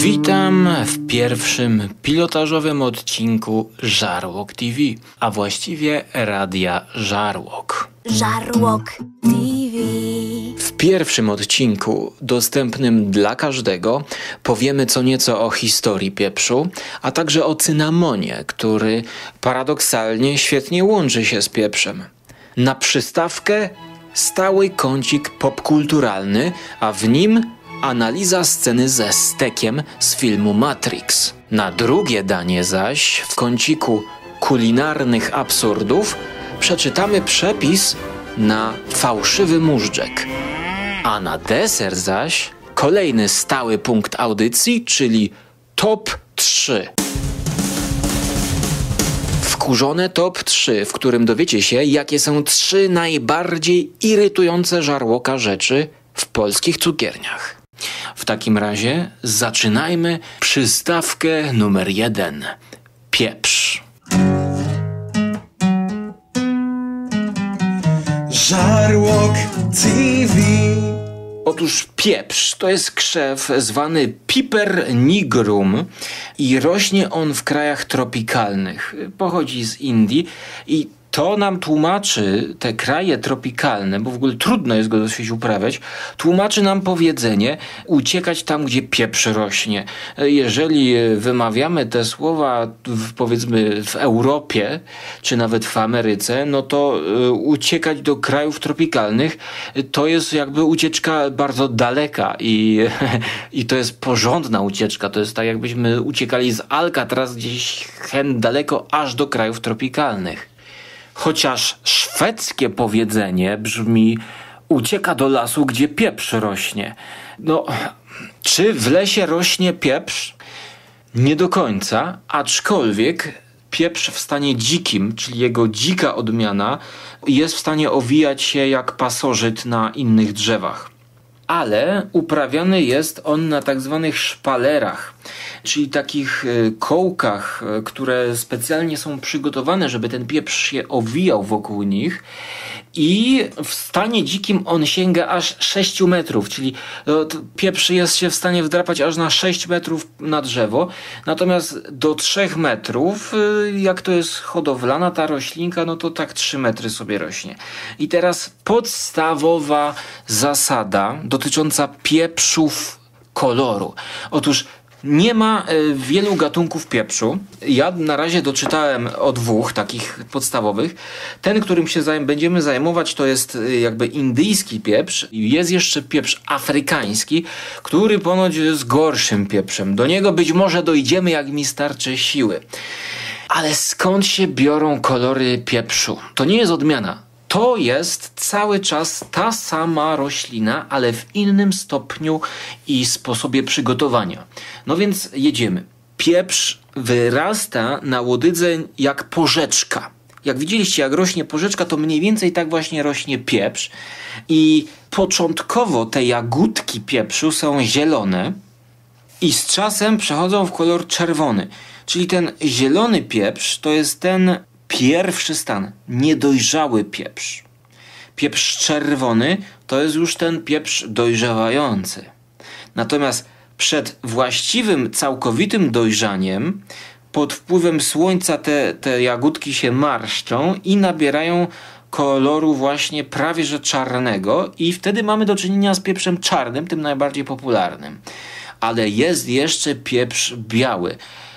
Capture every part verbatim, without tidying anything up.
Witam w pierwszym pilotażowym odcinku Żarłok T V, a właściwie Radia Żarłok. Żarłok T V. W pierwszym odcinku, dostępnym dla każdego, powiemy co nieco o historii pieprzu, a także o cynamonie, który paradoksalnie świetnie łączy się z pieprzem. Na przystawkę stały kącik popkulturalny, a w nim analiza sceny ze stekiem z filmu Matrix. Na drugie danie zaś, w kąciku kulinarnych absurdów, przeczytamy przepis na fałszywy móżdżek. A na deser zaś kolejny stały punkt audycji, czyli top trzy. Wkurzone top trzy, w którym dowiecie się, jakie są trzy najbardziej irytujące żarłoka rzeczy w polskich cukierniach. W takim razie zaczynajmy przystawkę numer jeden. Pieprz. Żarłok T V. Otóż pieprz to jest krzew zwany Piper nigrum i rośnie on w krajach tropikalnych. Pochodzi z Indii i to nam tłumaczy, te kraje tropikalne, bo w ogóle trudno jest go dosyć uprawiać, tłumaczy nam powiedzenie uciekać tam, gdzie pieprz rośnie. Jeżeli wymawiamy te słowa w, powiedzmy w Europie, czy nawet w Ameryce, no to y, uciekać do krajów tropikalnych to jest jakby ucieczka bardzo daleka i, i to jest porządna ucieczka. To jest tak, jakbyśmy uciekali z Alcatraz gdzieś hen daleko aż do krajów tropikalnych. Chociaż szwedzkie powiedzenie brzmi ucieka do lasu, gdzie pieprz rośnie. No, czy w lesie rośnie pieprz? Nie do końca, aczkolwiek pieprz w stanie dzikim, czyli jego dzika odmiana, jest w stanie owijać się jak pasożyt na innych drzewach. Ale uprawiany jest on na tak zwanych szpalerach, czyli takich kołkach, które specjalnie są przygotowane, żeby ten pieprz się owijał wokół nich. I w stanie dzikim on sięga aż sześć metrów, czyli pieprz jest się w stanie wdrapać aż na sześć metrów na drzewo. Natomiast do trzech metrów, jak to jest hodowlana ta roślinka, no to tak trzy metry sobie rośnie. I teraz podstawowa zasada dotycząca pieprzów koloru. Otóż nie ma y, wielu gatunków pieprzu. Ja na razie doczytałem o dwóch takich podstawowych. Ten, którym się zaj- będziemy zajmować, to jest y, jakby indyjski pieprz. Jest jeszcze pieprz afrykański, który ponoć jest gorszym pieprzem. Do niego być może dojdziemy, jak mi starczy siły. Ale skąd się biorą kolory pieprzu? To nie jest odmiana. To jest cały czas ta sama roślina, ale w innym stopniu i sposobie przygotowania. No więc jedziemy. Pieprz wyrasta na łodydze jak porzeczka. Jak widzieliście, jak rośnie porzeczka, to mniej więcej tak właśnie rośnie pieprz. I początkowo te jagódki pieprzu są zielone i z czasem przechodzą w kolor czerwony. Czyli ten zielony pieprz to jest ten pierwszy stan, niedojrzały pieprz. Pieprz czerwony to jest już ten pieprz dojrzewający. Natomiast przed właściwym, całkowitym dojrzaniem, pod wpływem słońca te, te jagódki się marszczą i nabierają koloru właśnie prawie że czarnego i wtedy mamy do czynienia z pieprzem czarnym, tym najbardziej popularnym. Ale jest jeszcze pieprz biały.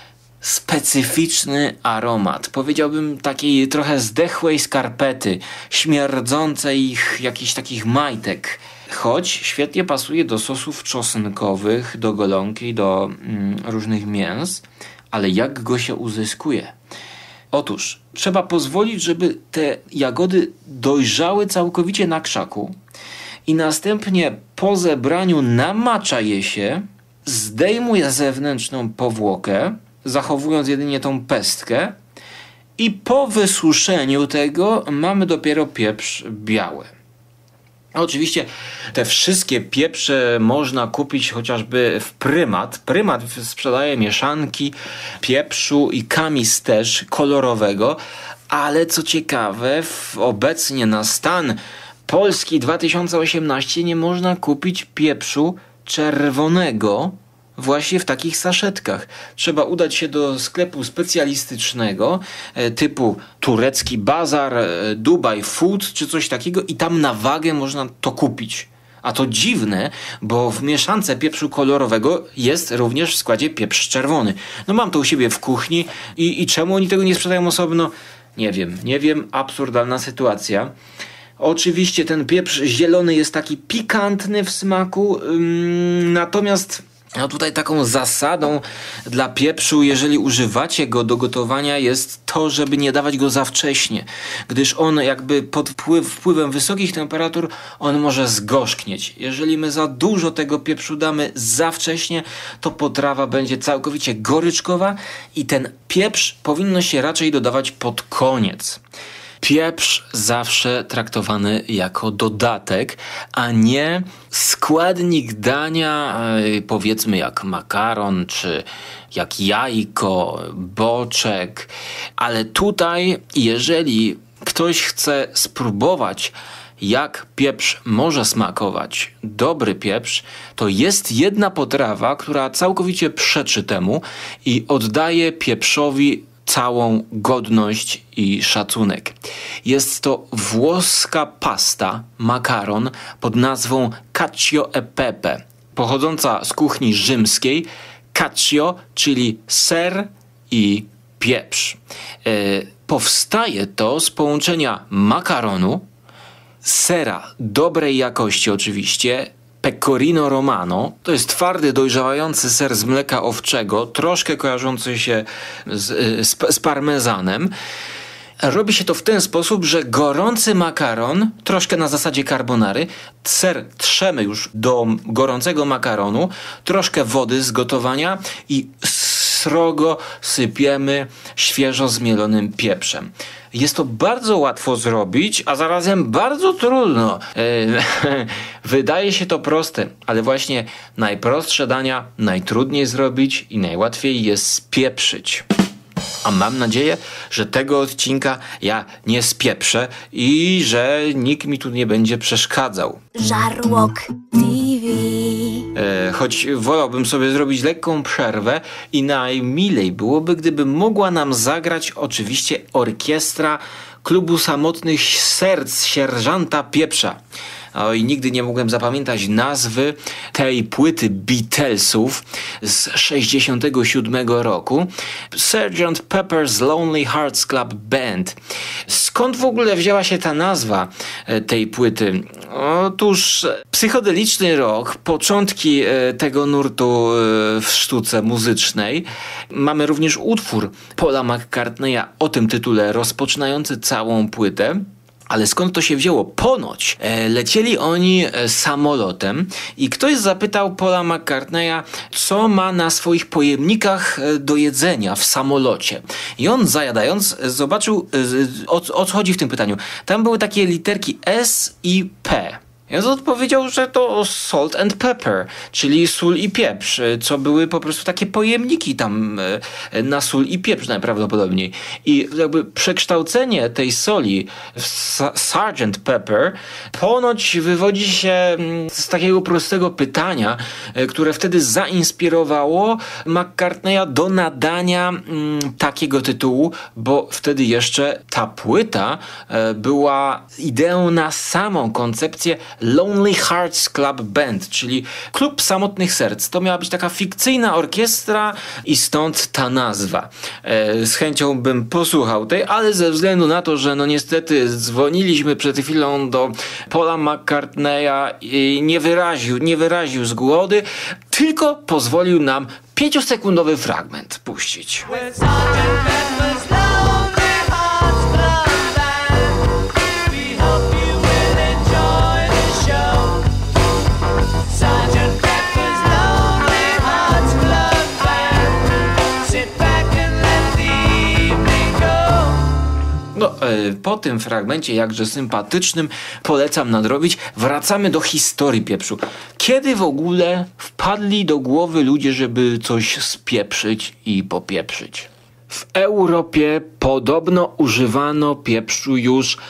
Specyficzny aromat, powiedziałbym takiej trochę zdechłej skarpety, śmierdzącej jakichś takich majtek, choć świetnie pasuje do sosów czosnkowych, do golonki, do mm, różnych mięs, ale jak go się uzyskuje? Otóż trzeba pozwolić, żeby te jagody dojrzały całkowicie na krzaku i następnie po zebraniu namacza je się, zdejmuje zewnętrzną powłokę, zachowując jedynie tą pestkę i po wysuszeniu tego mamy dopiero pieprz biały. Oczywiście te wszystkie pieprze można kupić chociażby w Prymat. Prymat sprzedaje mieszanki pieprzu i kamis też kolorowego, ale co ciekawe, w obecnie na stan Polski dwa tysiące osiemnasty nie można kupić pieprzu czerwonego właśnie w takich saszetkach. Trzeba udać się do sklepu specjalistycznego e, typu turecki bazar, e, Dubai Food czy coś takiego i tam na wagę można to kupić. A to dziwne, bo w mieszance pieprzu kolorowego jest również w składzie pieprz czerwony. No mam to u siebie w kuchni i, i czemu oni tego nie sprzedają osobno? Nie wiem, nie wiem, absurdalna sytuacja. Oczywiście ten pieprz zielony jest taki pikantny w smaku, ym, natomiast no tutaj taką zasadą dla pieprzu, jeżeli używacie go do gotowania, jest to, żeby nie dawać go za wcześnie, gdyż on jakby pod wpływ, wpływem wysokich temperatur on może zgorzknieć. Jeżeli my za dużo tego pieprzu damy za wcześnie, to potrawa będzie całkowicie goryczkowa i ten pieprz powinno się raczej dodawać pod koniec. Pieprz zawsze traktowany jako dodatek, a nie składnik dania, powiedzmy jak makaron, czy jak jajko, boczek. Ale tutaj, jeżeli ktoś chce spróbować, jak pieprz może smakować, dobry pieprz, to jest jedna potrawa, która całkowicie przeczy temu i oddaje pieprzowi całą godność i szacunek. Jest to włoska pasta, makaron pod nazwą cacio e pepe, pochodząca z kuchni rzymskiej. Cacio, czyli ser i pieprz. E, powstaje to z połączenia makaronu, sera dobrej jakości oczywiście, pecorino romano, to jest twardy, dojrzewający ser z mleka owczego, troszkę kojarzący się z, z, z parmezanem. Robi się to w ten sposób, że gorący makaron, troszkę na zasadzie carbonary, ser trzemy już do gorącego makaronu, troszkę wody z gotowania i srogo sypiemy świeżo zmielonym pieprzem. Jest to bardzo łatwo zrobić, a zarazem bardzo trudno. Wydaje się to proste, ale właśnie najprostsze dania najtrudniej zrobić i najłatwiej je spieprzyć. A mam nadzieję, że tego odcinka ja nie spieprzę i że nikt mi tu nie będzie przeszkadzał. Żarłok T V. E, choć wolałbym sobie zrobić lekką przerwę i najmilej byłoby, gdyby mogła nam zagrać oczywiście orkiestra Klubu Samotnych Serc Sierżanta Pieprza. Oj, nigdy nie mogłem zapamiętać nazwy tej płyty Beatlesów z sześćdziesiątego siódmego roku. Sergeant Pepper's Lonely Hearts Club Band. Skąd w ogóle wzięła się ta nazwa tej płyty? Otóż psychodeliczny rock, początki tego nurtu w sztuce muzycznej. Mamy również utwór Paula McCartneya o tym tytule, rozpoczynający całą płytę. Ale skąd to się wzięło? Ponoć e, lecieli oni e, samolotem i ktoś zapytał Paula McCartneya, co ma na swoich pojemnikach e, do jedzenia w samolocie. I on zajadając zobaczył, e, o, o co chodzi w tym pytaniu. Tam były takie literki S i P. I on odpowiedział, że to salt and pepper, czyli sól i pieprz, co były po prostu takie pojemniki tam na sól i pieprz najprawdopodobniej. I jakby przekształcenie tej soli w sergeant Pepper ponoć wywodzi się z takiego prostego pytania, które wtedy zainspirowało McCartneya do nadania mm, takiego tytułu, bo wtedy jeszcze ta płyta była ideą na samą koncepcję Lonely Hearts Club Band, czyli Klub Samotnych Serc. To miała być taka fikcyjna orkiestra i stąd ta nazwa. E, z chęcią bym posłuchał tej, ale ze względu na to, że no niestety dzwoniliśmy przed chwilą do Paula McCartneya i nie wyraził, nie wyraził zgody, tylko pozwolił nam pięciosekundowy fragment puścić. No, po tym fragmencie, jakże sympatycznym, polecam nadrobić. Wracamy do historii pieprzu. Kiedy w ogóle wpadli do głowy ludzie, żeby coś spieprzyć i popieprzyć? W Europie podobno używano pieprzu już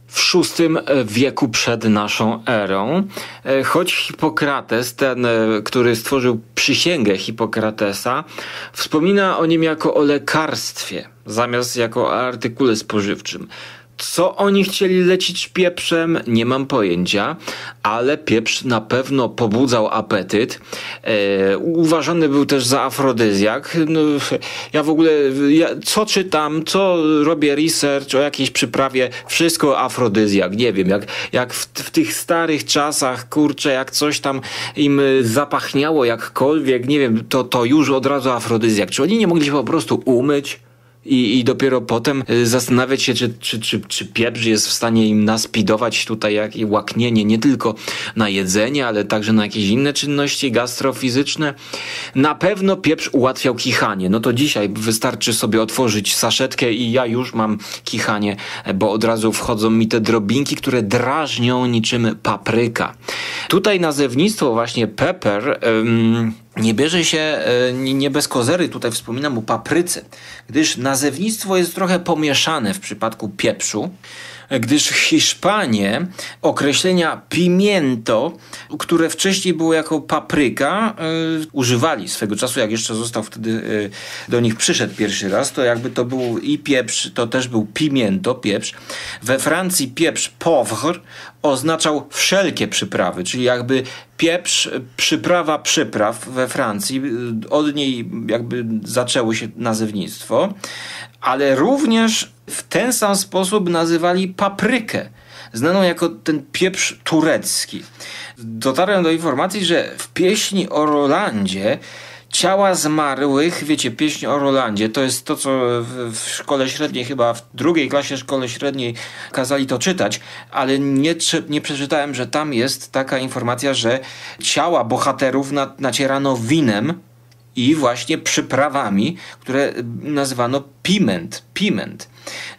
w szóstym wieku przed naszą erą. Choć Hipokrates, ten, który stworzył przysięgę Hipokratesa, wspomina o nim jako o lekarstwie, zamiast jako o artykule spożywczym. Co oni chcieli lecić pieprzem, nie mam pojęcia, ale pieprz na pewno pobudzał apetyt. E, uważany był też za afrodyzjak. No, ja w ogóle, ja, co czytam, co robię research o jakiejś przyprawie, wszystko afrodyzjak. Nie wiem, jak, jak w, w tych starych czasach, kurczę, jak coś tam im zapachniało jakkolwiek, nie wiem, to, to już od razu afrodyzjak. Czy oni nie mogli się po prostu umyć? I, I dopiero potem zastanawiać się, czy, czy, czy, czy pieprz jest w stanie im naspidować tutaj jakieś łaknienie nie tylko na jedzenie, ale także na jakieś inne czynności gastrofizyczne. Na pewno pieprz ułatwiał kichanie. No to dzisiaj wystarczy sobie otworzyć saszetkę i ja już mam kichanie, bo od razu wchodzą mi te drobinki, które drażnią niczym papryka. Tutaj nazewnictwo właśnie pepper... Ym, nie bierze się, nie bez kozery tutaj wspominam o papryce, gdyż nazewnictwo jest trochę pomieszane w przypadku pieprzu, gdyż Hiszpanie określenia pimiento, które wcześniej było jako papryka, yy, używali swego czasu, jak jeszcze został wtedy yy, do nich przyszedł pierwszy raz, to jakby to był i pieprz, to też był pimiento, pieprz. We Francji pieprz pauvre oznaczał wszelkie przyprawy, czyli jakby pieprz, przyprawa przypraw we Francji, od niej jakby zaczęło się nazewnictwo, ale również w ten sam sposób nazywali paprykę, znaną jako ten pieprz turecki. Dotarłem do informacji, że w pieśni o Rolandzie ciała zmarłych, wiecie, pieśń o Rolandzie, to jest to, co w, w szkole średniej, chyba w drugiej klasie szkole średniej kazali to czytać, ale nie, nie przeczytałem, że tam jest taka informacja, że ciała bohaterów na, nacierano winem i właśnie przyprawami, które nazywano piment, piment.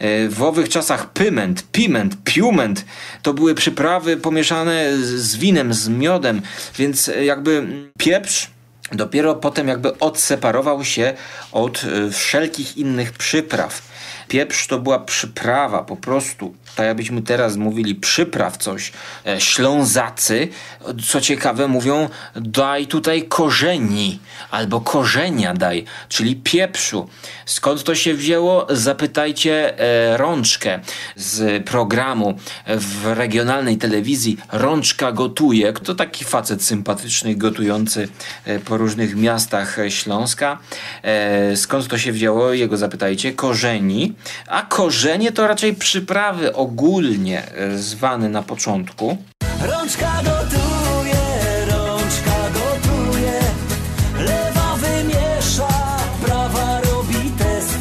W owych czasach pyment, piment, piument to były przyprawy pomieszane z winem, z miodem, więc jakby pieprz dopiero potem jakby odseparował się od wszelkich innych przypraw. Pieprz to była przyprawa, po prostu, tak jakbyśmy teraz mówili, przypraw coś. Ślązacy, co ciekawe, mówią daj tutaj korzeni, albo korzenia daj, czyli pieprzu. Skąd to się wzięło? Zapytajcie e, Rączkę z programu w regionalnej telewizji Rączka gotuje. To taki facet sympatyczny, gotujący po różnych miastach Śląska. E, skąd to się wzięło? Jego zapytajcie. Korzeni. A korzenie to raczej przyprawy ogólnie zwane na początku. Rączka gotuje, rączka gotuje, lewa wymiesza, prawa robi test.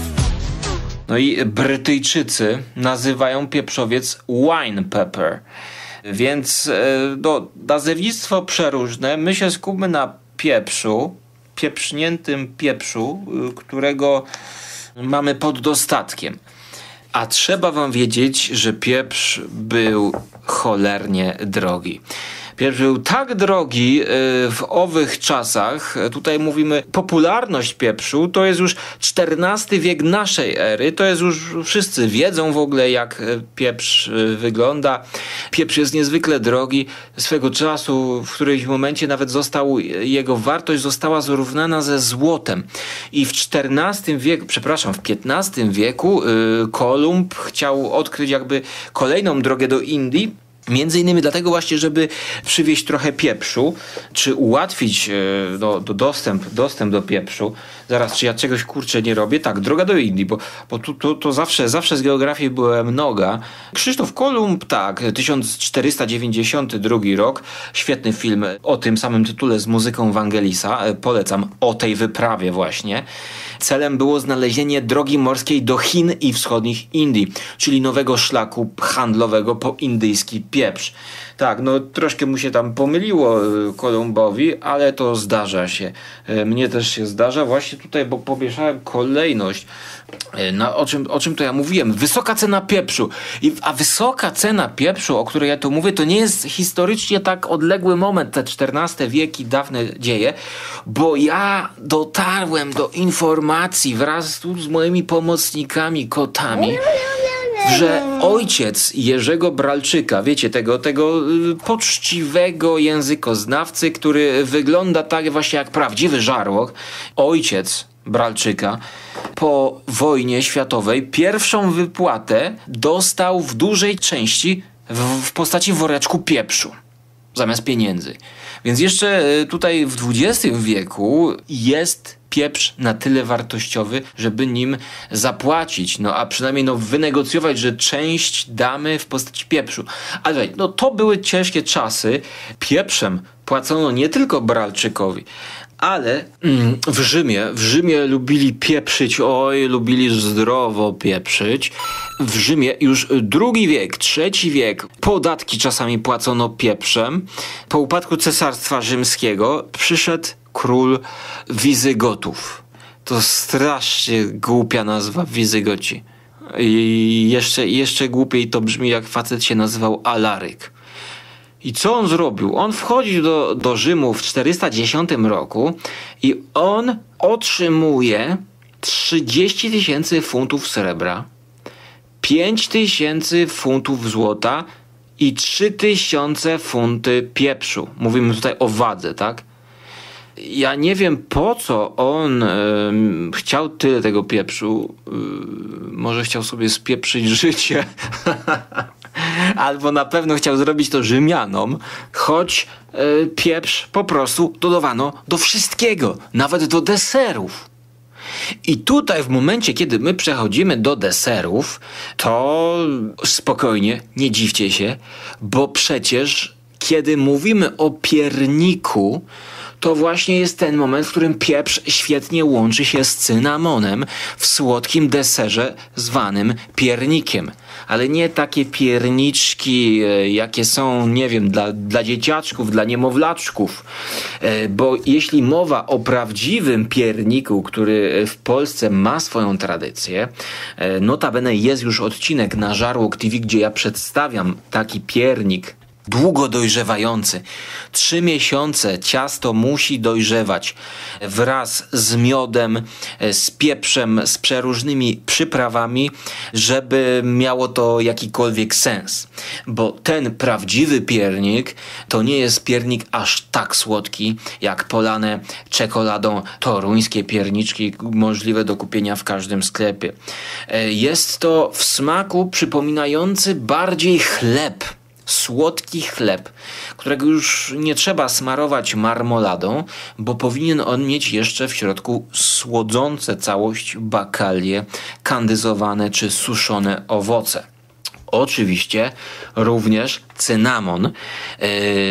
No i Brytyjczycy nazywają pieprzowiec wine pepper. Więc no, nazewnictwo przeróżne. My się skupmy na pieprzu, pieprzniętym pieprzu, którego mamy pod dostatkiem. A trzeba wam wiedzieć, że pieprz był cholernie drogi. Pieprz był tak drogi w owych czasach, tutaj mówimy popularność pieprzu, to jest już czternasty wiek naszej ery, to jest już, wszyscy wiedzą w ogóle jak pieprz wygląda. Pieprz jest niezwykle drogi, swego czasu w którymś momencie nawet został, jego wartość została zrównana ze złotem. I w czternastym wieku, przepraszam, w piętnastym wieku Kolumb chciał odkryć jakby kolejną drogę do Indii. Między innymi dlatego właśnie, żeby przywieźć trochę pieprzu, czy ułatwić no, do dostęp, dostęp do pieprzu. Zaraz, czy ja czegoś kurczę nie robię? Tak, droga do Indii, bo, bo tu, tu, to zawsze, zawsze z geografii byłem noga. Krzysztof Kolumb, tak, tysiąc czterysta dziewięćdziesiąty drugi rok, świetny film o tym samym tytule z muzyką Vangelisa, polecam, o tej wyprawie właśnie. Celem było znalezienie drogi morskiej do Chin i wschodnich Indii, czyli nowego szlaku handlowego po indyjski pieprz. Tak, no troszkę mu się tam pomyliło Kolumbowi, ale to zdarza się. Mnie też się zdarza właśnie tutaj, bo pomieszałem kolejność. No, o czym, o czym to ja mówiłem? Wysoka cena pieprzu. I, a wysoka cena pieprzu, o której ja tu mówię, to nie jest historycznie tak odległy moment, te czternasty wieki, dawne dzieje, bo ja dotarłem do informacji wraz tu z moimi pomocnikami, kotami, że ojciec Jerzego Bralczyka, wiecie, tego, tego poczciwego językoznawcy, który wygląda tak właśnie jak prawdziwy żarłok, ojciec Bralczyka po wojnie światowej pierwszą wypłatę dostał w dużej części w, w postaci woreczku pieprzu zamiast pieniędzy. Więc jeszcze tutaj w dwudziestym wieku jest pieprz na tyle wartościowy, żeby nim zapłacić, no a przynajmniej no wynegocjować, że część damy w postaci pieprzu. Ale no to były ciężkie czasy. Pieprzem płacono nie tylko Bralczykowi, ale mm, w Rzymie, w Rzymie lubili pieprzyć, oj, lubili zdrowo pieprzyć. W Rzymie już drugi wiek, trzeci wiek, podatki czasami płacono pieprzem. Po upadku Cesarstwa Rzymskiego przyszedł król Wizygotów. To strasznie głupia nazwa, Wizygoci. I jeszcze, jeszcze głupiej to brzmi, jak facet się nazywał Alaryk. I co on zrobił? On wchodzi do, do Rzymu w czterysta dziesiątym roku i on otrzymuje trzydzieści tysięcy funtów srebra, pięć tysięcy funtów złota i trzy tysiące funty pieprzu. Mówimy tutaj o wadze, tak? Ja nie wiem, po co on y, chciał tyle tego pieprzu. Y, może chciał sobie spieprzyć życie. Albo na pewno chciał zrobić to Rzymianom, choć y, pieprz po prostu dodawano do wszystkiego, nawet do deserów. I tutaj w momencie, kiedy my przechodzimy do deserów, to spokojnie, nie dziwcie się, bo przecież kiedy mówimy o pierniku, to właśnie jest ten moment, w którym pieprz świetnie łączy się z cynamonem w słodkim deserze zwanym piernikiem. Ale nie takie pierniczki, jakie są, nie wiem, dla, dla dzieciaczków, dla niemowlaczków. Bo jeśli mowa o prawdziwym pierniku, który w Polsce ma swoją tradycję, notabene jest już odcinek na Żarłok T V, gdzie ja przedstawiam taki piernik długo dojrzewający. Trzy miesiące ciasto musi dojrzewać wraz z miodem, z pieprzem, z przeróżnymi przyprawami, żeby miało to jakikolwiek sens. Bo ten prawdziwy piernik to nie jest piernik aż tak słodki, jak polane czekoladą toruńskie pierniczki możliwe do kupienia w każdym sklepie. Jest to w smaku przypominający bardziej chleb. Słodki chleb, którego już nie trzeba smarować marmoladą, bo powinien on mieć jeszcze w środku słodzące całość bakalie, kandyzowane czy suszone owoce. Oczywiście również cynamon, yy,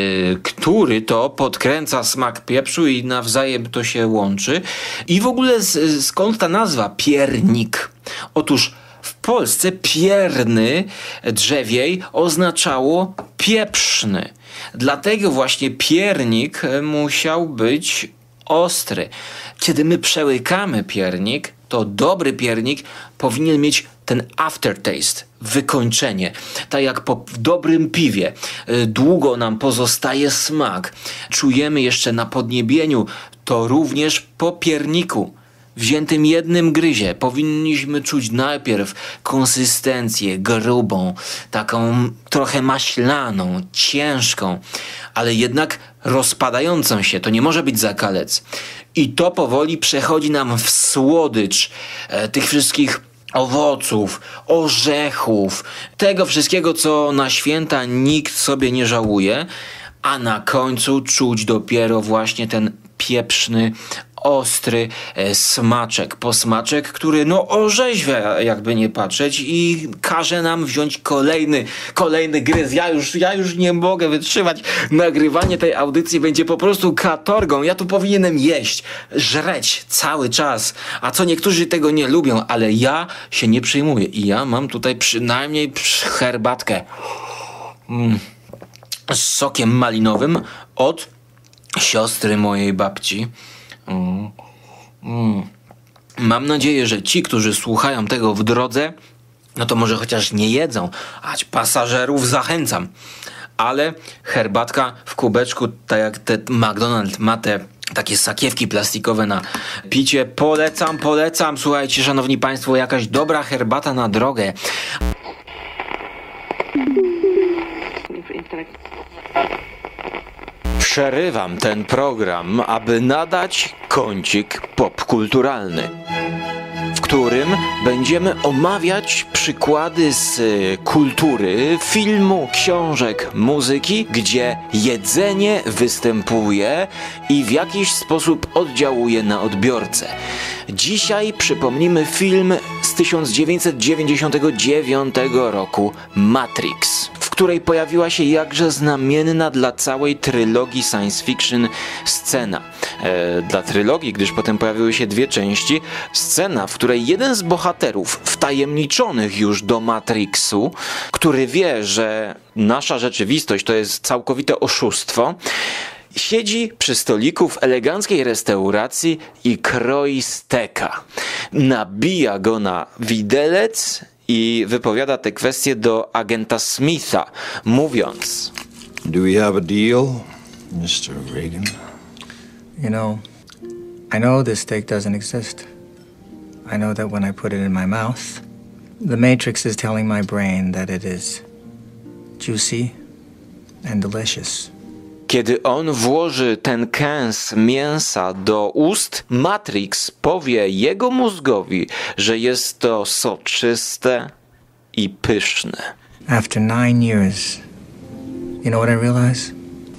który to podkręca smak pieprzu i nawzajem to się łączy. I w ogóle z, skąd ta nazwa piernik? Otóż w Polsce pierny drzewiej oznaczało pieprzny. Dlatego właśnie piernik musiał być ostry. Kiedy my przełykamy piernik, to dobry piernik powinien mieć ten aftertaste, wykończenie. Tak jak po w dobrym piwie. Długo nam pozostaje smak. Czujemy jeszcze na podniebieniu. To również po pierniku wziętym jednym gryzie powinniśmy czuć najpierw konsystencję grubą, taką trochę maślaną, ciężką, ale jednak rozpadającą się. To nie może być zakalec. I to powoli przechodzi nam w słodycz e, tych wszystkich owoców, orzechów, tego wszystkiego, co na święta nikt sobie nie żałuje, a na końcu czuć dopiero właśnie ten pieprzny, ostry e, smaczek, posmaczek, który no orzeźwia, jakby nie patrzeć, i każe nam wziąć kolejny, kolejny gryz. Ja już, ja już nie mogę wytrzymać. Nagrywanie tej audycji będzie po prostu katorgą. Ja tu powinienem jeść, żreć cały czas. A co niektórzy tego nie lubią, ale ja się nie przyjmuję. I ja mam tutaj przynajmniej herbatkę mm, z sokiem malinowym od siostry mojej babci. Mm. Mm. Mam nadzieję, że ci, którzy słuchają tego w drodze, no to może chociaż nie jedzą, a pasażerów zachęcam. Ale herbatka w kubeczku, tak jak te McDonald's ma te takie sakiewki plastikowe na picie, polecam, polecam. Słuchajcie, szanowni państwo, jakaś dobra herbata na drogę. Przerywam ten program, aby nadać kącik popkulturalny, w którym będziemy omawiać przykłady z kultury, filmu, książek, muzyki, gdzie jedzenie występuje i w jakiś sposób oddziałuje na odbiorcę. Dzisiaj przypomnimy film z tysiąc dziewięćset dziewięćdziesiątego dziewiątego roku Matrix, w której pojawiła się jakże znamienna dla całej trylogii science fiction scena. E, dla trylogii, gdyż potem pojawiły się dwie części, scena, w której jeden z bohaterów wtajemniczonych już do Matrixu, który wie, że nasza rzeczywistość to jest całkowite oszustwo, siedzi przy stoliku w eleganckiej restauracji i kroi steka. Nabija go na widelec i wypowiada te kwestie do agenta Smitha, mówiąc: Do we have a deal, mister Reagan? You know, I know this steak doesn't exist. I know that when I put it in my mouth, the Matrix is telling my brain that it is juicy and delicious. Kiedy on włoży ten kęs mięsa do ust, Matrix powie jego mózgowi, że jest to soczyste i pyszne. After nine years, you know what I realize?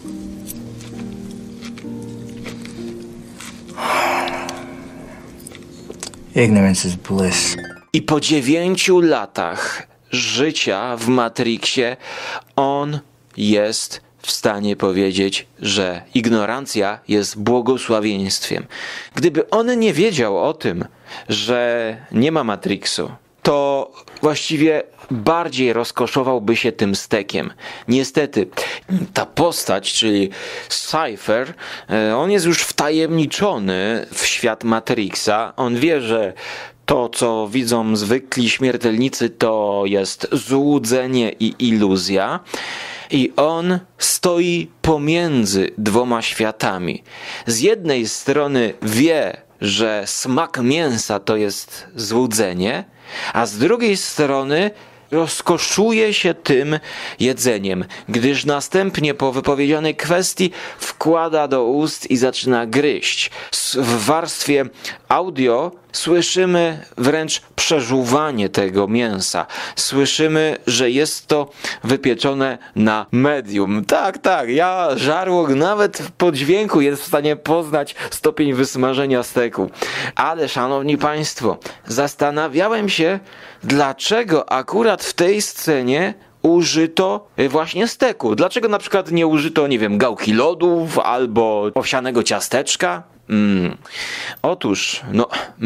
Ignorance is bliss. I po dziewięciu latach życia w Matrixie on jest w stanie powiedzieć, że ignorancja jest błogosławieństwem. Gdyby on nie wiedział o tym, że nie ma Matrixu, to właściwie bardziej rozkoszowałby się tym stekiem. Niestety, ta postać, czyli Cypher, on jest już wtajemniczony w świat Matrixa. On wie, że to, co widzą zwykli śmiertelnicy, to jest złudzenie i iluzja. I on stoi pomiędzy dwoma światami. Z jednej strony wie, że smak mięsa to jest złudzenie, a z drugiej strony rozkoszuje się tym jedzeniem, gdyż następnie po wypowiedzianej kwestii wkłada do ust i zaczyna gryźć. W warstwie audio słyszymy wręcz przeżuwanie tego mięsa. Słyszymy, że jest to wypieczone na medium. Tak, tak, ja, żarłok, nawet po dźwięku jest w stanie poznać stopień wysmażenia steku. Ale, szanowni państwo, zastanawiałem się, dlaczego akurat w tej scenie użyto właśnie steku. Dlaczego na przykład nie użyto, nie wiem, gałki lodów albo owsianego ciasteczka? Mm. Otóż, no,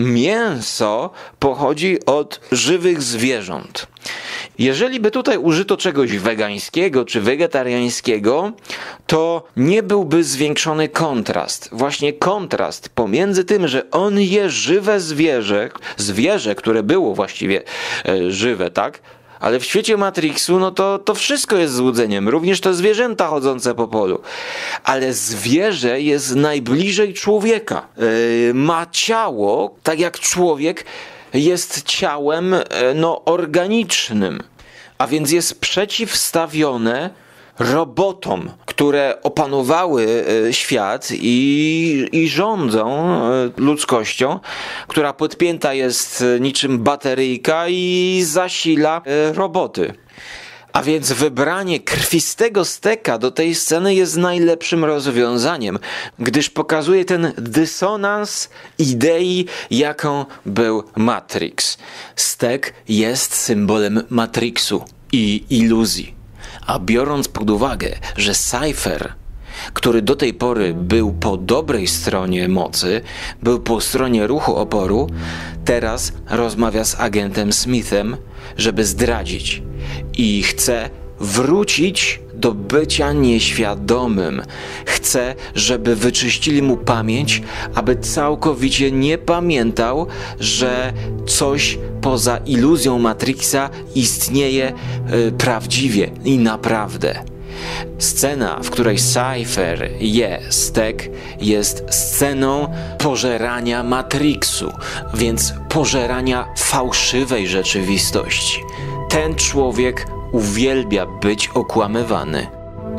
mięso pochodzi od żywych zwierząt. Jeżeli by tutaj użyto czegoś wegańskiego czy wegetariańskiego, to nie byłby zwiększony kontrast. Właśnie kontrast pomiędzy tym, że on je żywe zwierzę, zwierzę, które było właściwie e, żywe, tak? Ale w świecie Matrixu, no to, to wszystko jest złudzeniem, również te zwierzęta chodzące po polu. Ale zwierzę jest najbliżej człowieka. Yy, ma ciało, tak jak człowiek jest ciałem no, organicznym. A więc jest przeciwstawione robotom, które opanowały świat i, i rządzą ludzkością, która podpięta jest niczym bateryjka i zasila roboty. A więc wybranie krwistego steka do tej sceny jest najlepszym rozwiązaniem, gdyż pokazuje ten dysonans idei, jaką był Matrix. Stek jest symbolem Matrixu i iluzji. A biorąc pod uwagę, że Cypher, który do tej pory był po dobrej stronie mocy, był po stronie ruchu oporu, teraz rozmawia z agentem Smithem, żeby zdradzić i chce wrócić do bycia nieświadomym. Chce, żeby wyczyścili mu pamięć, aby całkowicie nie pamiętał, że coś poza iluzją Matrixa istnieje y, prawdziwie i naprawdę. Scena, w której Cypher je stek, jest sceną pożerania Matrixu, więc pożerania fałszywej rzeczywistości. Ten człowiek uwielbia być okłamywany.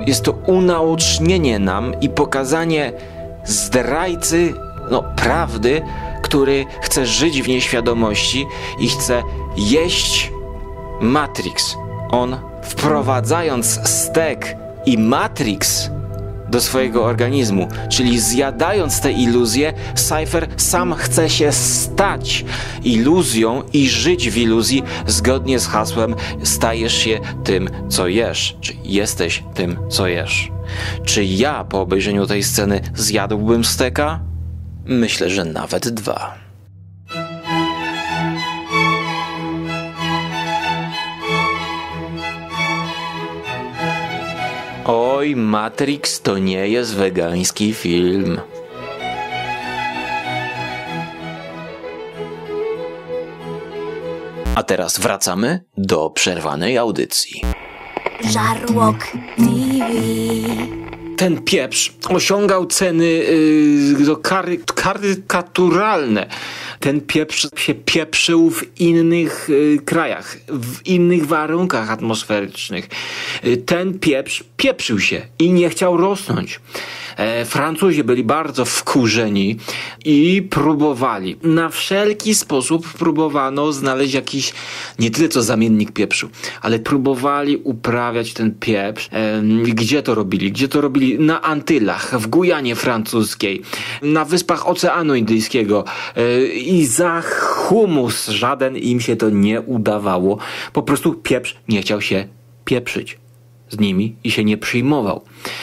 jest to unaocznienie nam i pokazanie zdrajcy, no, prawdy, który chce żyć w nieświadomości i chce jeść Matrix. On, wprowadzając stek i Matrix do swojego organizmu, czyli zjadając te iluzje, Cypher sam chce się stać iluzją i żyć w iluzji zgodnie z hasłem stajesz się tym, co jesz, czy jesteś tym, co jesz. Czy ja po obejrzeniu tej sceny zjadłbym steka? Myślę, że nawet dwa. Oj, Matrix to nie jest wegański film. A teraz wracamy do przerwanej audycji. Żarłok T V. Ten pieprz osiągał ceny yy, kary, karykaturalne. Ten pieprz się pieprzył w innych y, krajach, w innych warunkach atmosferycznych. Y, ten pieprz pieprzył się i nie chciał rosnąć. E, Francuzi byli bardzo wkurzeni i próbowali. Na wszelki sposób próbowano znaleźć jakiś, nie tyle co zamiennik pieprzu, ale próbowali uprawiać ten pieprz. E, gdzie to robili? Gdzie to robili? Na Antylach, w Gujanie francuskiej, na wyspach Oceanu Indyjskiego. E, I za humus żaden im się to nie udawało. Po prostu pieprz nie chciał się pieprzyć z nimi i się nie przyjmował.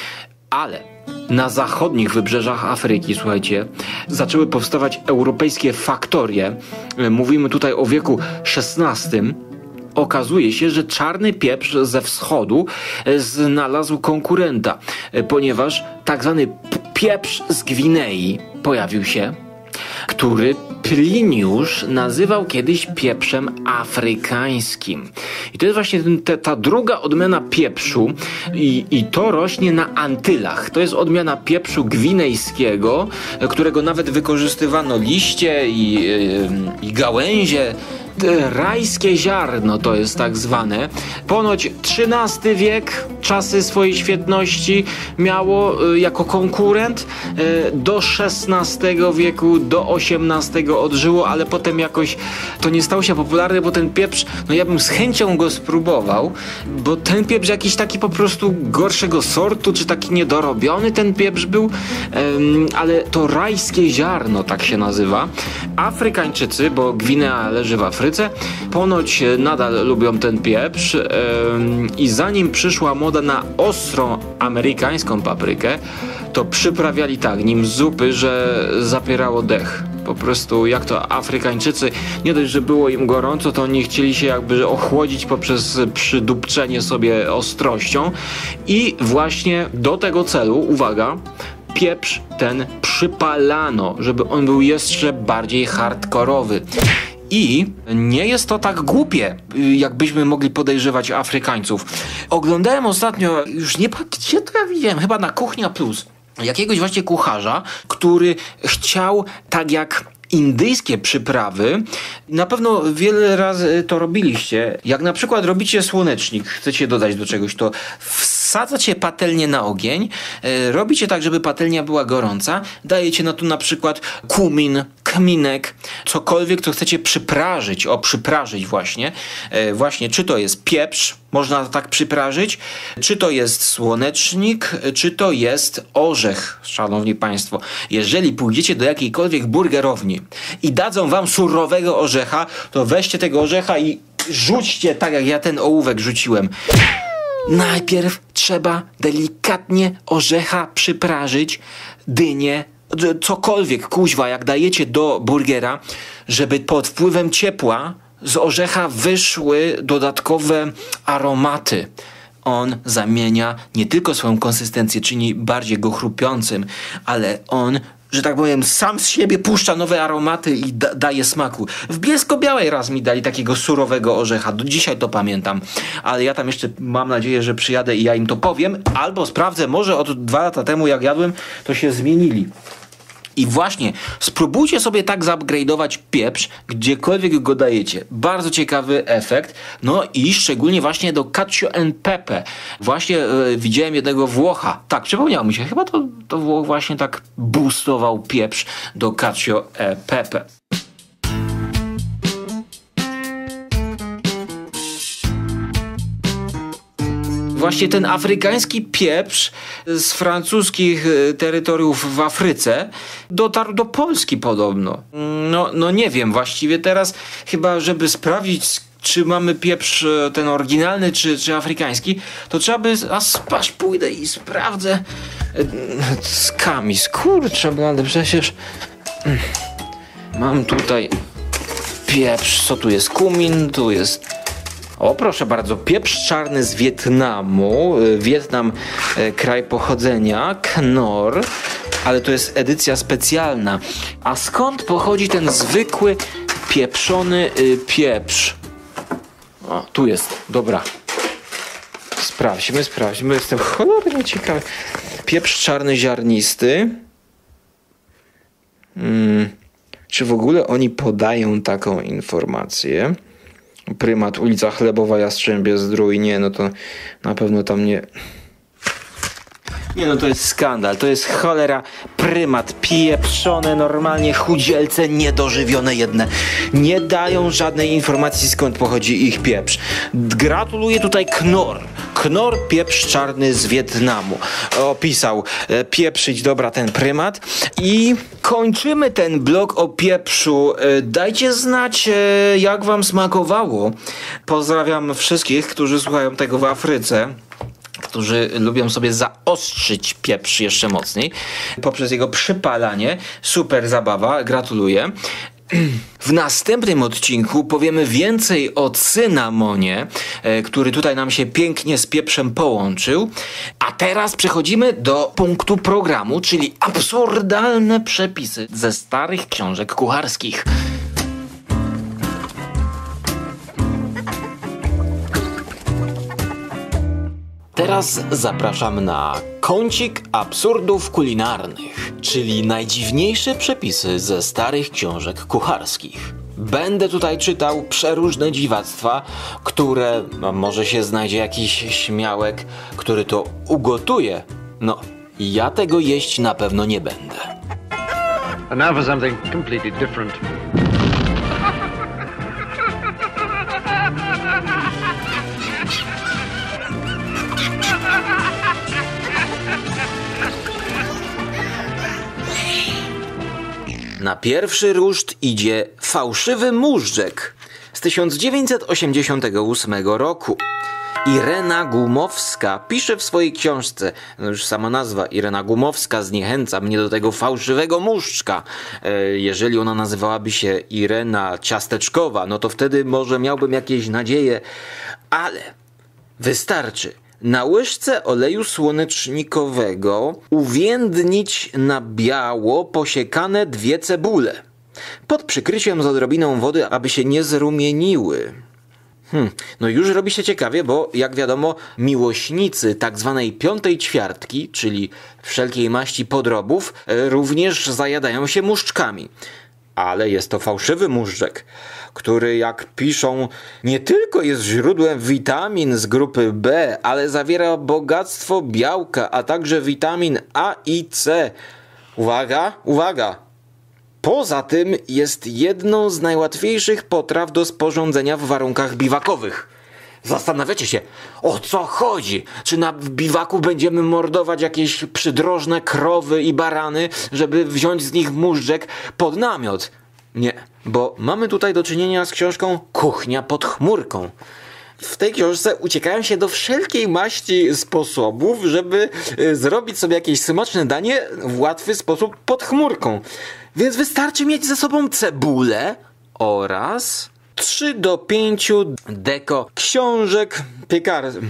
Ale na zachodnich wybrzeżach Afryki, słuchajcie, zaczęły powstawać europejskie faktorie. Mówimy tutaj o wieku szesnastym. Okazuje się, że czarny pieprz ze wschodu znalazł konkurenta, ponieważ tak zwany pieprz z Gwinei pojawił się, który Pliniusz nazywał kiedyś pieprzem afrykańskim. I to jest właśnie ten, te, ta druga odmiana pieprzu i, i to rośnie na Antylach. To jest odmiana pieprzu gwinejskiego, którego nawet wykorzystywano liście i, yy, i gałęzie. Rajskie ziarno to jest tak zwane. Ponoć trzynasty wiek, czasy swojej świetności miało y, jako konkurent. Y, do szesnastego wieku, do osiemnastego odżyło, ale potem jakoś to nie stało się popularne, bo ten pieprz, no ja bym z chęcią go spróbował, bo ten pieprz jakiś taki po prostu gorszego sortu, czy taki niedorobiony ten pieprz był, y, ale to rajskie ziarno tak się nazywa. Afrykańczycy, bo Gwinea leży w Afryce, ponoć nadal lubią ten pieprz yy, i zanim przyszła moda na ostrą amerykańską paprykę, to przyprawiali tak nim zupy, że zapierało dech. Po prostu jak to Afrykańczycy, nie dość, że było im gorąco, to oni chcieli się jakby ochłodzić poprzez przydupczenie sobie ostrością i właśnie do tego celu, uwaga, pieprz ten przypalano, żeby on był jeszcze bardziej hardkorowy. I nie jest to tak głupie, jakbyśmy mogli podejrzewać Afrykańców. Oglądałem ostatnio, już nie pamiętam, gdzie to ja widziałem, chyba na Kuchnia Plus, jakiegoś właśnie kucharza, który chciał, tak jak indyjskie przyprawy, na pewno wiele razy to robiliście, jak na przykład robicie słonecznik, chcecie dodać do czegoś, to wsadzacie patelnię na ogień, e, robicie tak, żeby patelnia była gorąca, dajecie na to na przykład kumin, kminek, cokolwiek, co chcecie przyprażyć, o przyprażyć właśnie, e, właśnie czy to jest pieprz, można tak przyprażyć, czy to jest słonecznik, czy to jest orzech, szanowni państwo. Jeżeli pójdziecie do jakiejkolwiek burgerowni i dadzą wam surowego orzecha, to weźcie tego orzecha i rzućcie tak, jak ja ten ołówek rzuciłem. Najpierw trzeba delikatnie orzecha przyprażyć, dynię, cokolwiek, kuźwa, jak dajecie do burgera, żeby pod wpływem ciepła z orzecha wyszły dodatkowe aromaty. On zamienia nie tylko swoją konsystencję, czyni bardziej go chrupiącym, ale on, że tak powiem, sam z siebie puszcza nowe aromaty i da- daje smaku. W Bielsko-Białej raz mi dali takiego surowego orzecha, do dzisiaj to pamiętam, ale ja tam jeszcze mam nadzieję, że przyjadę i ja im to powiem, albo sprawdzę, może od dwa lata temu jak jadłem, to się zmienili. I właśnie spróbujcie sobie tak zupgrade'ować pieprz, gdziekolwiek go dajecie. Bardzo ciekawy efekt. No i szczególnie właśnie do cacio and pepe. Właśnie e, widziałem jednego Włocha. Tak, przypomniało mi się. Chyba to, to Włoch właśnie tak boostował pieprz do cacio e pepe. Właśnie ten afrykański pieprz z francuskich terytoriów w Afryce dotarł do Polski podobno. No, no nie wiem, właściwie teraz chyba, żeby sprawdzić, czy mamy pieprz ten oryginalny, czy, czy afrykański, to trzeba by, a aż pójdę i sprawdzę. Skamis, kurczę blady, przecież mam tutaj pieprz, co tu jest? Kumin, tu jest... O, proszę bardzo, pieprz czarny z Wietnamu. Wietnam, e, kraj pochodzenia, Knorr, ale to jest edycja specjalna. A skąd pochodzi ten zwykły pieprzony y, pieprz? O, tu jest, dobra. Sprawdźmy, sprawdźmy, jestem cholernie ciekawy. Pieprz czarny ziarnisty. Hmm. Czy w ogóle oni podają taką informację? Prymat, ulica Chlebowa, Jastrzębie Zdrój. Nie, no to na pewno tam nie... Nie, no to jest skandal, to jest cholera prymat, pieprzone normalnie chudzielce niedożywione jedne. Nie dają żadnej informacji, skąd pochodzi ich pieprz. Gratuluję tutaj Knorr. Knorr, pieprz czarny z Wietnamu. Opisał e, pieprzyć dobra ten prymat. I kończymy ten blog o pieprzu. E, dajcie znać, e, jak wam smakowało. Pozdrawiam wszystkich, którzy słuchają tego w Afryce, którzy lubią sobie zaostrzyć pieprz jeszcze mocniej poprzez jego przypalanie. Super zabawa, gratuluję. W następnym odcinku powiemy więcej o cynamonie, który tutaj nam się pięknie z pieprzem połączył. A teraz przechodzimy do punktu programu, czyli absurdalne przepisy ze starych książek kucharskich. Teraz zapraszam na kącik absurdów kulinarnych, czyli najdziwniejsze przepisy ze starych książek kucharskich. Będę tutaj czytał przeróżne dziwactwa, które no, może się znajdzie jakiś śmiałek, który to ugotuje. No, ja tego jeść na pewno nie będę. And now for something completely different. Na pierwszy ruszt idzie Fałszywy móżdżek z tysiąc dziewięćset osiemdziesiątego ósmego roku. Irena Gumowska pisze w swojej książce, no już sama nazwa Irena Gumowska zniechęca mnie do tego fałszywego móżdżka. E, jeżeli ona nazywałaby się Irena Ciasteczkowa, no to wtedy może miałbym jakieś nadzieje, ale wystarczy na łyżce oleju słonecznikowego uwiędnić na biało posiekane dwie cebule. Pod przykryciem z odrobiną wody, aby się nie zrumieniły. Hmm, no już robi się ciekawie, bo jak wiadomo miłośnicy tak zwanej piątej ćwiartki, czyli wszelkiej maści podrobów, również zajadają się muszczkami. Ale jest to fałszywy móżdżek, który jak piszą nie tylko jest źródłem witamin z grupy B, ale zawiera bogactwo białka, a także witamin A i C. Uwaga, uwaga! Poza tym jest jedną z najłatwiejszych potraw do sporządzenia w warunkach biwakowych. Zastanawiacie się, o co chodzi? Czy na biwaku będziemy mordować jakieś przydrożne krowy i barany, żeby wziąć z nich móżdżek pod namiot? Nie, bo mamy tutaj do czynienia z książką Kuchnia pod chmurką. W tej książce uciekają się do wszelkiej maści sposobów, żeby zrobić sobie jakieś smaczne danie w łatwy sposób pod chmurką. Więc wystarczy mieć ze sobą cebulę oraz trzy do pięciu deko książek piekarskich.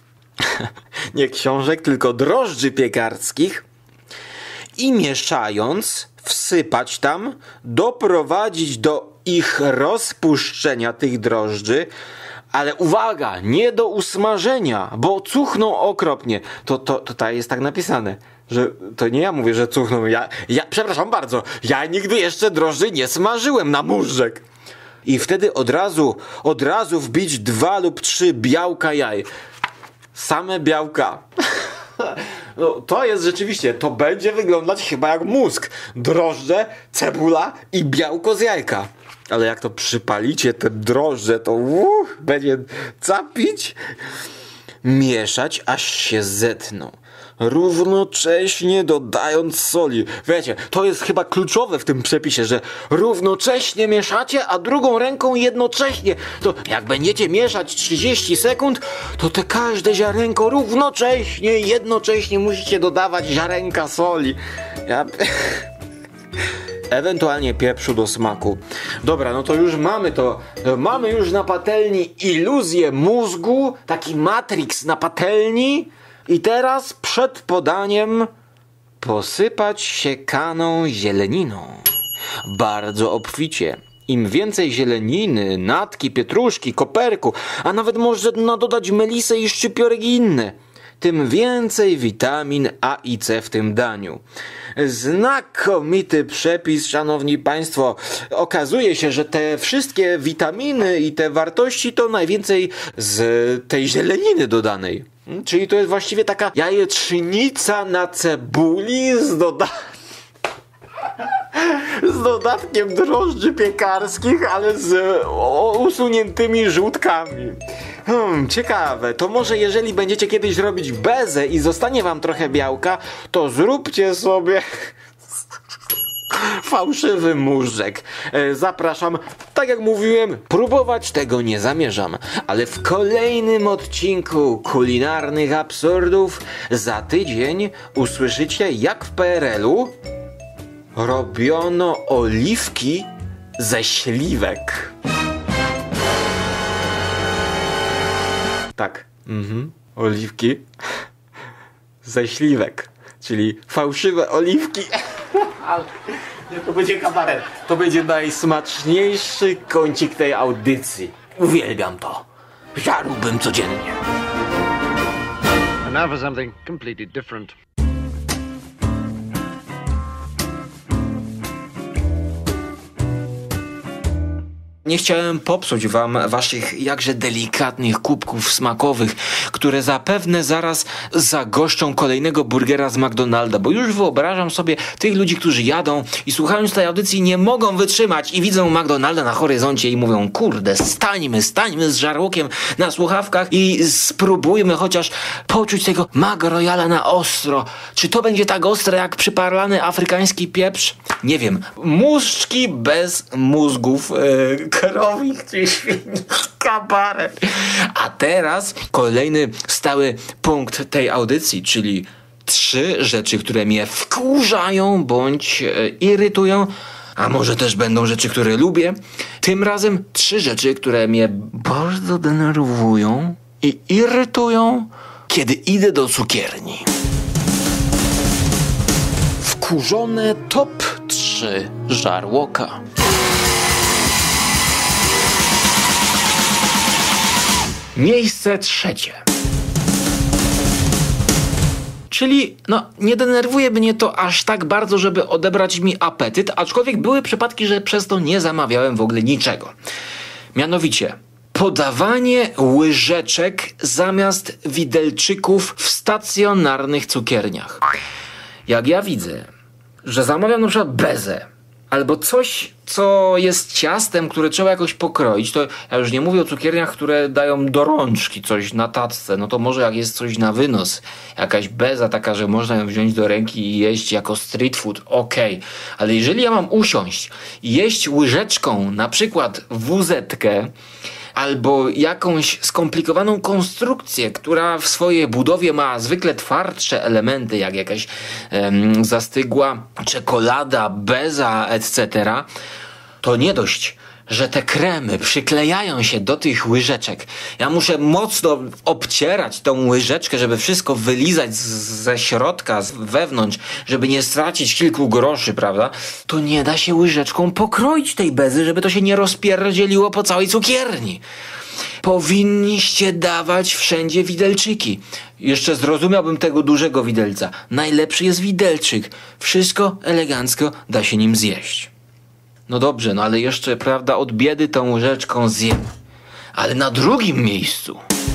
Nie książek, tylko drożdży piekarskich. I mieszając, wsypać tam, doprowadzić do ich rozpuszczenia, tych drożdży, Ale uwaga, nie do usmażenia, bo cuchną okropnie. To, to, to tutaj jest tak napisane, że to nie ja mówię, że cuchną. Ja, ja, przepraszam bardzo, ja nigdy jeszcze drożdży nie smażyłem na móżdżek. I wtedy od razu, od razu wbić dwa lub trzy białka jaj. Same białka. No, to jest rzeczywiście, to będzie wyglądać chyba jak mózg. Drożdże, cebula i białko z jajka. Ale jak to przypalicie te drożdże, to uh, będzie capić, mieszać, aż się zetną. Równocześnie dodając soli. Wiecie, to jest chyba kluczowe w tym przepisie, że równocześnie mieszacie, a drugą ręką jednocześnie. To jak będziecie mieszać trzydzieści sekund, to te każde ziarenko równocześnie, jednocześnie musicie dodawać ziarenka soli. Ja... Ewentualnie pieprzu do smaku. Dobra, no to już mamy to. Mamy już na patelni iluzję mózgu, taki matrix na patelni. I teraz przed podaniem posypać siekaną zieleniną. Bardzo obficie. Im więcej zieleniny, natki, pietruszki, koperku, a nawet można dodać melisę i szczypiorki inne, tym więcej witamin A i C w tym daniu. Znakomity przepis, szanowni państwo. Okazuje się, że te wszystkie witaminy i te wartości to najwięcej z tej zieleniny dodanej. Czyli to jest właściwie taka jajecznica na cebuli z dodatkiem z dodatkiem drożdży piekarskich, ale z usuniętymi żółtkami. Hmm, ciekawe. To może jeżeli będziecie kiedyś robić bezę i zostanie wam trochę białka, to zróbcie sobie fałszywy móżdżek. Zapraszam. Tak jak mówiłem, próbować tego nie zamierzam. Ale w kolejnym odcinku kulinarnych absurdów za tydzień usłyszycie, jak w P R L u robiono oliwki ze śliwek. Tak, mhm. Oliwki ze śliwek, czyli fałszywe oliwki. Ale to będzie kabaret. To będzie najsmaczniejszy kącik tej audycji. Uwielbiam to. Żarłbym codziennie. And now for something completely different. Nie chciałem popsuć wam waszych jakże delikatnych kubków smakowych, które zapewne zaraz zagoszczą kolejnego burgera z McDonalda, bo już wyobrażam sobie tych ludzi, którzy jadą i słuchając tej audycji nie mogą wytrzymać i widzą McDonalda na horyzoncie i mówią: kurde, stańmy, stańmy z żarłokiem na słuchawkach i spróbujmy chociaż poczuć tego McRoyala na ostro. Czy to będzie tak ostre jak przyparlany afrykański pieprz? Nie wiem. Mózżki bez mózgów yy, krowich czy świnich, kabaret. A teraz kolejny stały punkt tej audycji, czyli trzy rzeczy, które mnie wkurzają bądź e, irytują, a może też będą rzeczy, które lubię. Tym razem trzy rzeczy, które mnie bardzo denerwują i irytują, kiedy idę do cukierni. Wkurzone top trzy żarłoka. Miejsce trzecie. Czyli, no, nie denerwuje mnie to aż tak bardzo, żeby odebrać mi apetyt, aczkolwiek były przypadki, że przez to nie zamawiałem w ogóle niczego. Mianowicie, podawanie łyżeczek zamiast widelczyków w stacjonarnych cukierniach. Jak ja widzę, że zamawiam na przykład bezę, albo coś, co jest ciastem, które trzeba jakoś pokroić, to ja już nie mówię o cukierniach, które dają do rączki coś na tacce, no to może jak jest coś na wynos, jakaś beza taka, że można ją wziąć do ręki i jeść jako street food, okej, okay. Ale jeżeli ja mam usiąść i jeść łyżeczką na przykład wuzetkę, albo jakąś skomplikowaną konstrukcję, która w swojej budowie ma zwykle twardsze elementy, jak jakaś em, zastygła czekolada, beza, et cetera, to nie dość, że te kremy przyklejają się do tych łyżeczek. Ja muszę mocno obcierać tą łyżeczkę, żeby wszystko wylizać z, ze środka, z wewnątrz, żeby nie stracić kilku groszy, prawda? To nie da się łyżeczką pokroić tej bezy, żeby to się nie rozpierdzieliło po całej cukierni. Powinniście dawać wszędzie widelczyki. Jeszcze zrozumiałbym tego dużego widelca. Najlepszy jest widelczyk. Wszystko elegancko da się nim zjeść. No dobrze, no ale jeszcze, prawda, od biedy tą łyżeczką zjem. Ale na drugim miejscu,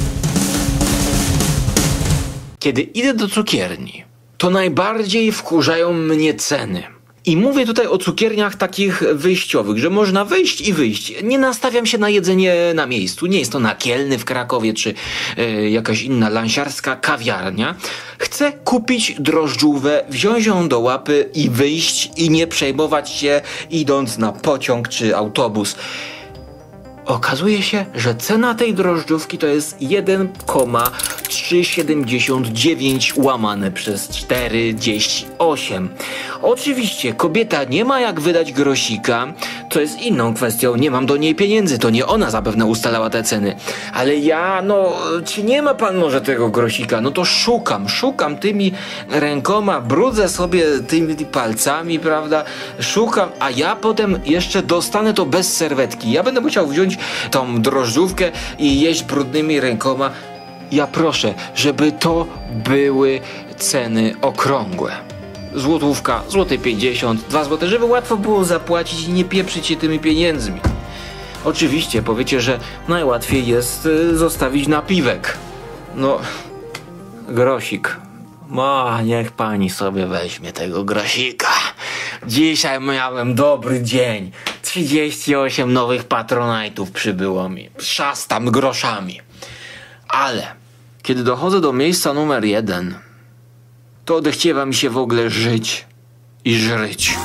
kiedy idę do cukierni, to najbardziej wkurzają mnie ceny. I mówię tutaj o cukierniach takich wyjściowych, że można wejść i wyjść. Nie nastawiam się na jedzenie na miejscu. Nie jest to Nakielny w Krakowie, czy e, jakaś inna lansiarska kawiarnia. Chcę kupić drożdżówę, wziąć ją do łapy i wyjść i nie przejmować się idąc na pociąg czy autobus. Okazuje się, że cena tej drożdżówki to jest jeden trzysta siedemdziesiąt dziewięć łamane przez czterdzieści osiem. Oczywiście kobieta nie ma jak wydać grosika, to jest inną kwestią, nie mam do niej pieniędzy, to nie ona zapewne ustalała te ceny. Ale ja, no, czy nie ma pan może tego grosika? No to szukam, szukam tymi rękoma, brudzę sobie tymi palcami, prawda? Szukam, a ja potem jeszcze dostanę to bez serwetki. Ja będę musiał wziąć tą drożdżówkę i jeść brudnymi rękoma. Ja proszę, żeby to były ceny okrągłe. Złotówka, złoty pięćdziesiąt, dwa złote, żeby łatwo było zapłacić i nie pieprzyć się tymi pieniędzmi. Oczywiście powiecie, że najłatwiej jest y, zostawić napiwek. No, grosik. No, niech pani sobie weźmie tego grosika. Dzisiaj miałem dobry dzień. trzydzieści osiem nowych patronajtów przybyło mi. Szastam groszami. Ale kiedy dochodzę do miejsca numer jeden, to odechciewa mi się w ogóle żyć i żryć.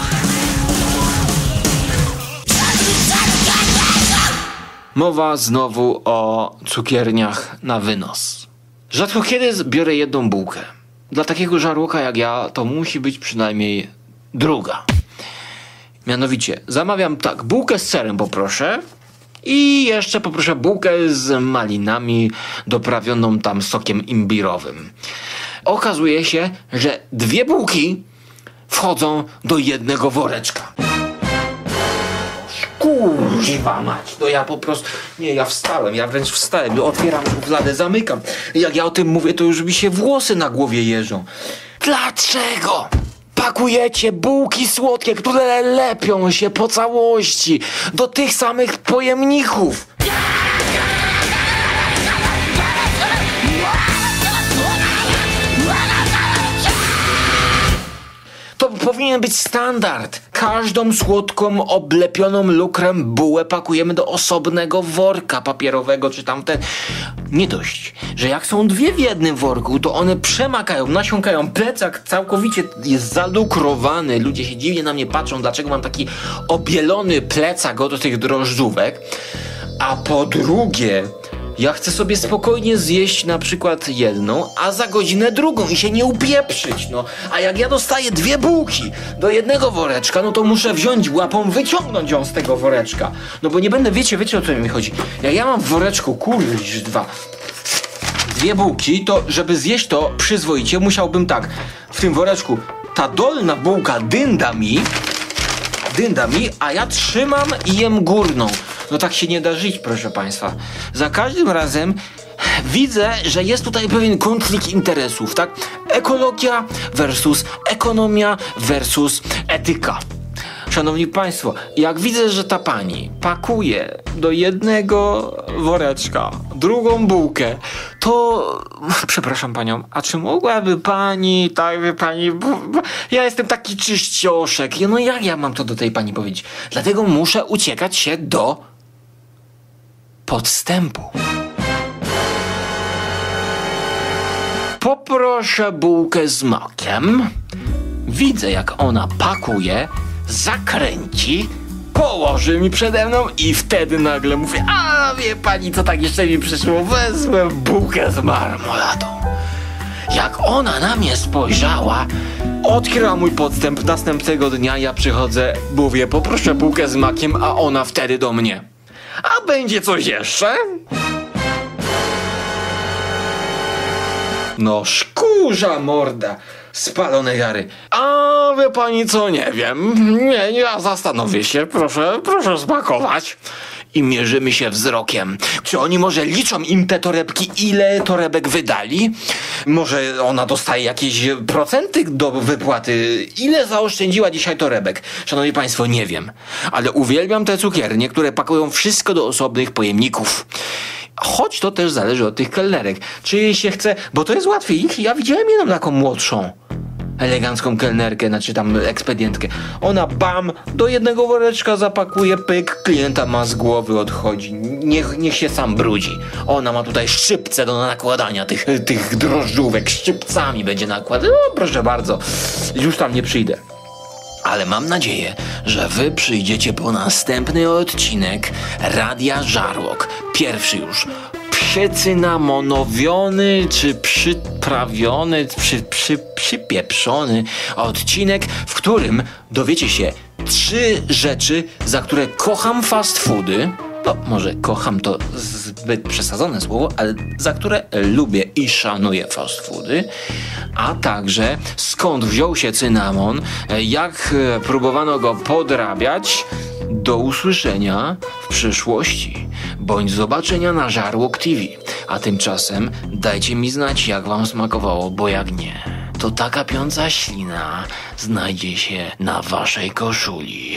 Mowa znowu o cukierniach na wynos. Rzadko kiedy biorę jedną bułkę. Dla takiego żarłoka jak ja to musi być przynajmniej druga. Mianowicie zamawiam tak, bułkę z serem poproszę i jeszcze poproszę bułkę z malinami doprawioną tam sokiem imbirowym. Okazuje się, że dwie bułki wchodzą do jednego woreczka. Kurwa mać, no ja po prostu, nie, ja wstałem, ja wręcz wstałem, otwieram szufladę, zamykam. Jak ja o tym mówię, to już mi się włosy na głowie jeżą. Dlaczego pakujecie bułki słodkie, które lepią się po całości do tych samych pojemników? To powinien być standard. Każdą słodką, oblepioną lukrem bułę pakujemy do osobnego worka papierowego, czy tamten. Nie dość, że jak są dwie w jednym worku, to one przemakają, nasiąkają. Plecak całkowicie jest zalukrowany. Ludzie się dziwnie na mnie patrzą, dlaczego mam taki obielony plecak od tych drożdżówek. A po drugie, ja chcę sobie spokojnie zjeść na przykład jedną, a za godzinę drugą i się nie upieprzyć, no. A jak ja dostaję dwie bułki do jednego woreczka, no to muszę wziąć łapą, wyciągnąć ją z tego woreczka. No bo nie będę, wiecie, wiecie o co mi chodzi. Jak ja mam w woreczku, kurwisz, dwa, dwie bułki, to żeby zjeść to przyzwoicie, musiałbym tak, w tym woreczku ta dolna bułka dynda mi, dynda mi, a ja trzymam i jem górną. No tak się nie da żyć, proszę państwa. Za każdym razem widzę, że jest tutaj pewien konflikt interesów, tak? Ekologia versus ekonomia versus etyka. Szanowni państwo, jak widzę, że ta pani pakuje do jednego woreczka drugą bułkę, to przepraszam panią, a czy mogłaby pani, tak wie pani, bo, bo ja jestem taki czyścioszek, no jak ja mam to do tej pani powiedzieć? Dlatego muszę uciekać się do podstępu. Poproszę bułkę z makiem. Widzę, jak ona pakuje, zakręci, położy mi przede mną i wtedy nagle mówię: a wie pani, co tak jeszcze mi przyszło? Wezmę bułkę z marmoladą. Jak ona na mnie spojrzała, odkryła mój podstęp. Następnego dnia ja przychodzę, mówię: poproszę bułkę z makiem, a ona wtedy do mnie: a będzie coś jeszcze? No szkurza morda. Spalone jary. A wie pani co, nie wiem. Nie, ja zastanowię się, proszę, proszę smakować. I mierzymy się wzrokiem. Czy oni może liczą im te torebki, ile torebek wydali? Może ona dostaje jakieś procenty do wypłaty? Ile zaoszczędziła dzisiaj torebek? Szanowni państwo, nie wiem. Ale uwielbiam te cukiernie, które pakują wszystko do osobnych pojemników. Choć to też zależy od tych kelnerek. Czy jej się chce, bo to jest łatwiej. Ja widziałem jedną taką młodszą, elegancką kelnerkę, znaczy tam ekspedientkę. Ona bam, do jednego woreczka zapakuje, pyk, klienta ma z głowy, odchodzi. Niech, niech się sam brudzi. Ona ma tutaj szczypce do nakładania tych, tych drożdżówek. Szczypcami będzie nakładać. O, proszę bardzo, już tam nie przyjdę. Ale mam nadzieję, że wy przyjdziecie po następny odcinek Radia Żarłok. Pierwszy już przycynamonowiony, czy przyprawiony, przy, przy, przypieprzony odcinek, w którym dowiecie się trzy rzeczy, za które kocham fast foody. No, może kocham to zbyt przesadzone słowo, ale za które lubię i szanuję fast foody, a także skąd wziął się cynamon, jak próbowano go podrabiać. Do usłyszenia w przyszłości, bądź zobaczenia na Żarłok T V. A tymczasem dajcie mi znać, jak wam smakowało, bo jak nie, to ta kapiąca ślina znajdzie się na waszej koszuli.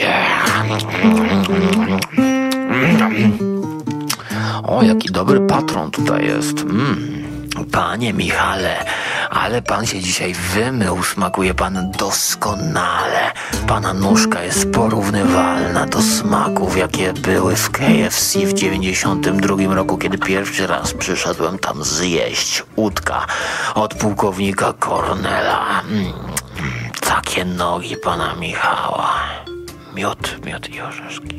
O, jaki dobry patron tutaj jest. Mm. Panie Michale, ale pan się dzisiaj wymył, smakuje pan doskonale. Pana nóżka jest porównywalna do smaków, jakie były w K F C w dziewięćdziesiątym drugim roku, kiedy pierwszy raz przyszedłem tam zjeść udka od pułkownika Kornela. Mm, takie nogi pana Michała. Miód, miód i orzeszki.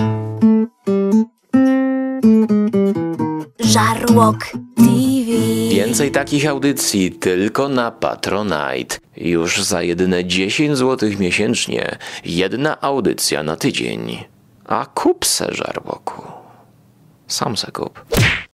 Żarłok T V. Więcej takich audycji tylko na Patronite. Już za jedyne dziesięć złotych miesięcznie. Jedna audycja na tydzień. A kup se Żarłoku. Sam se kup.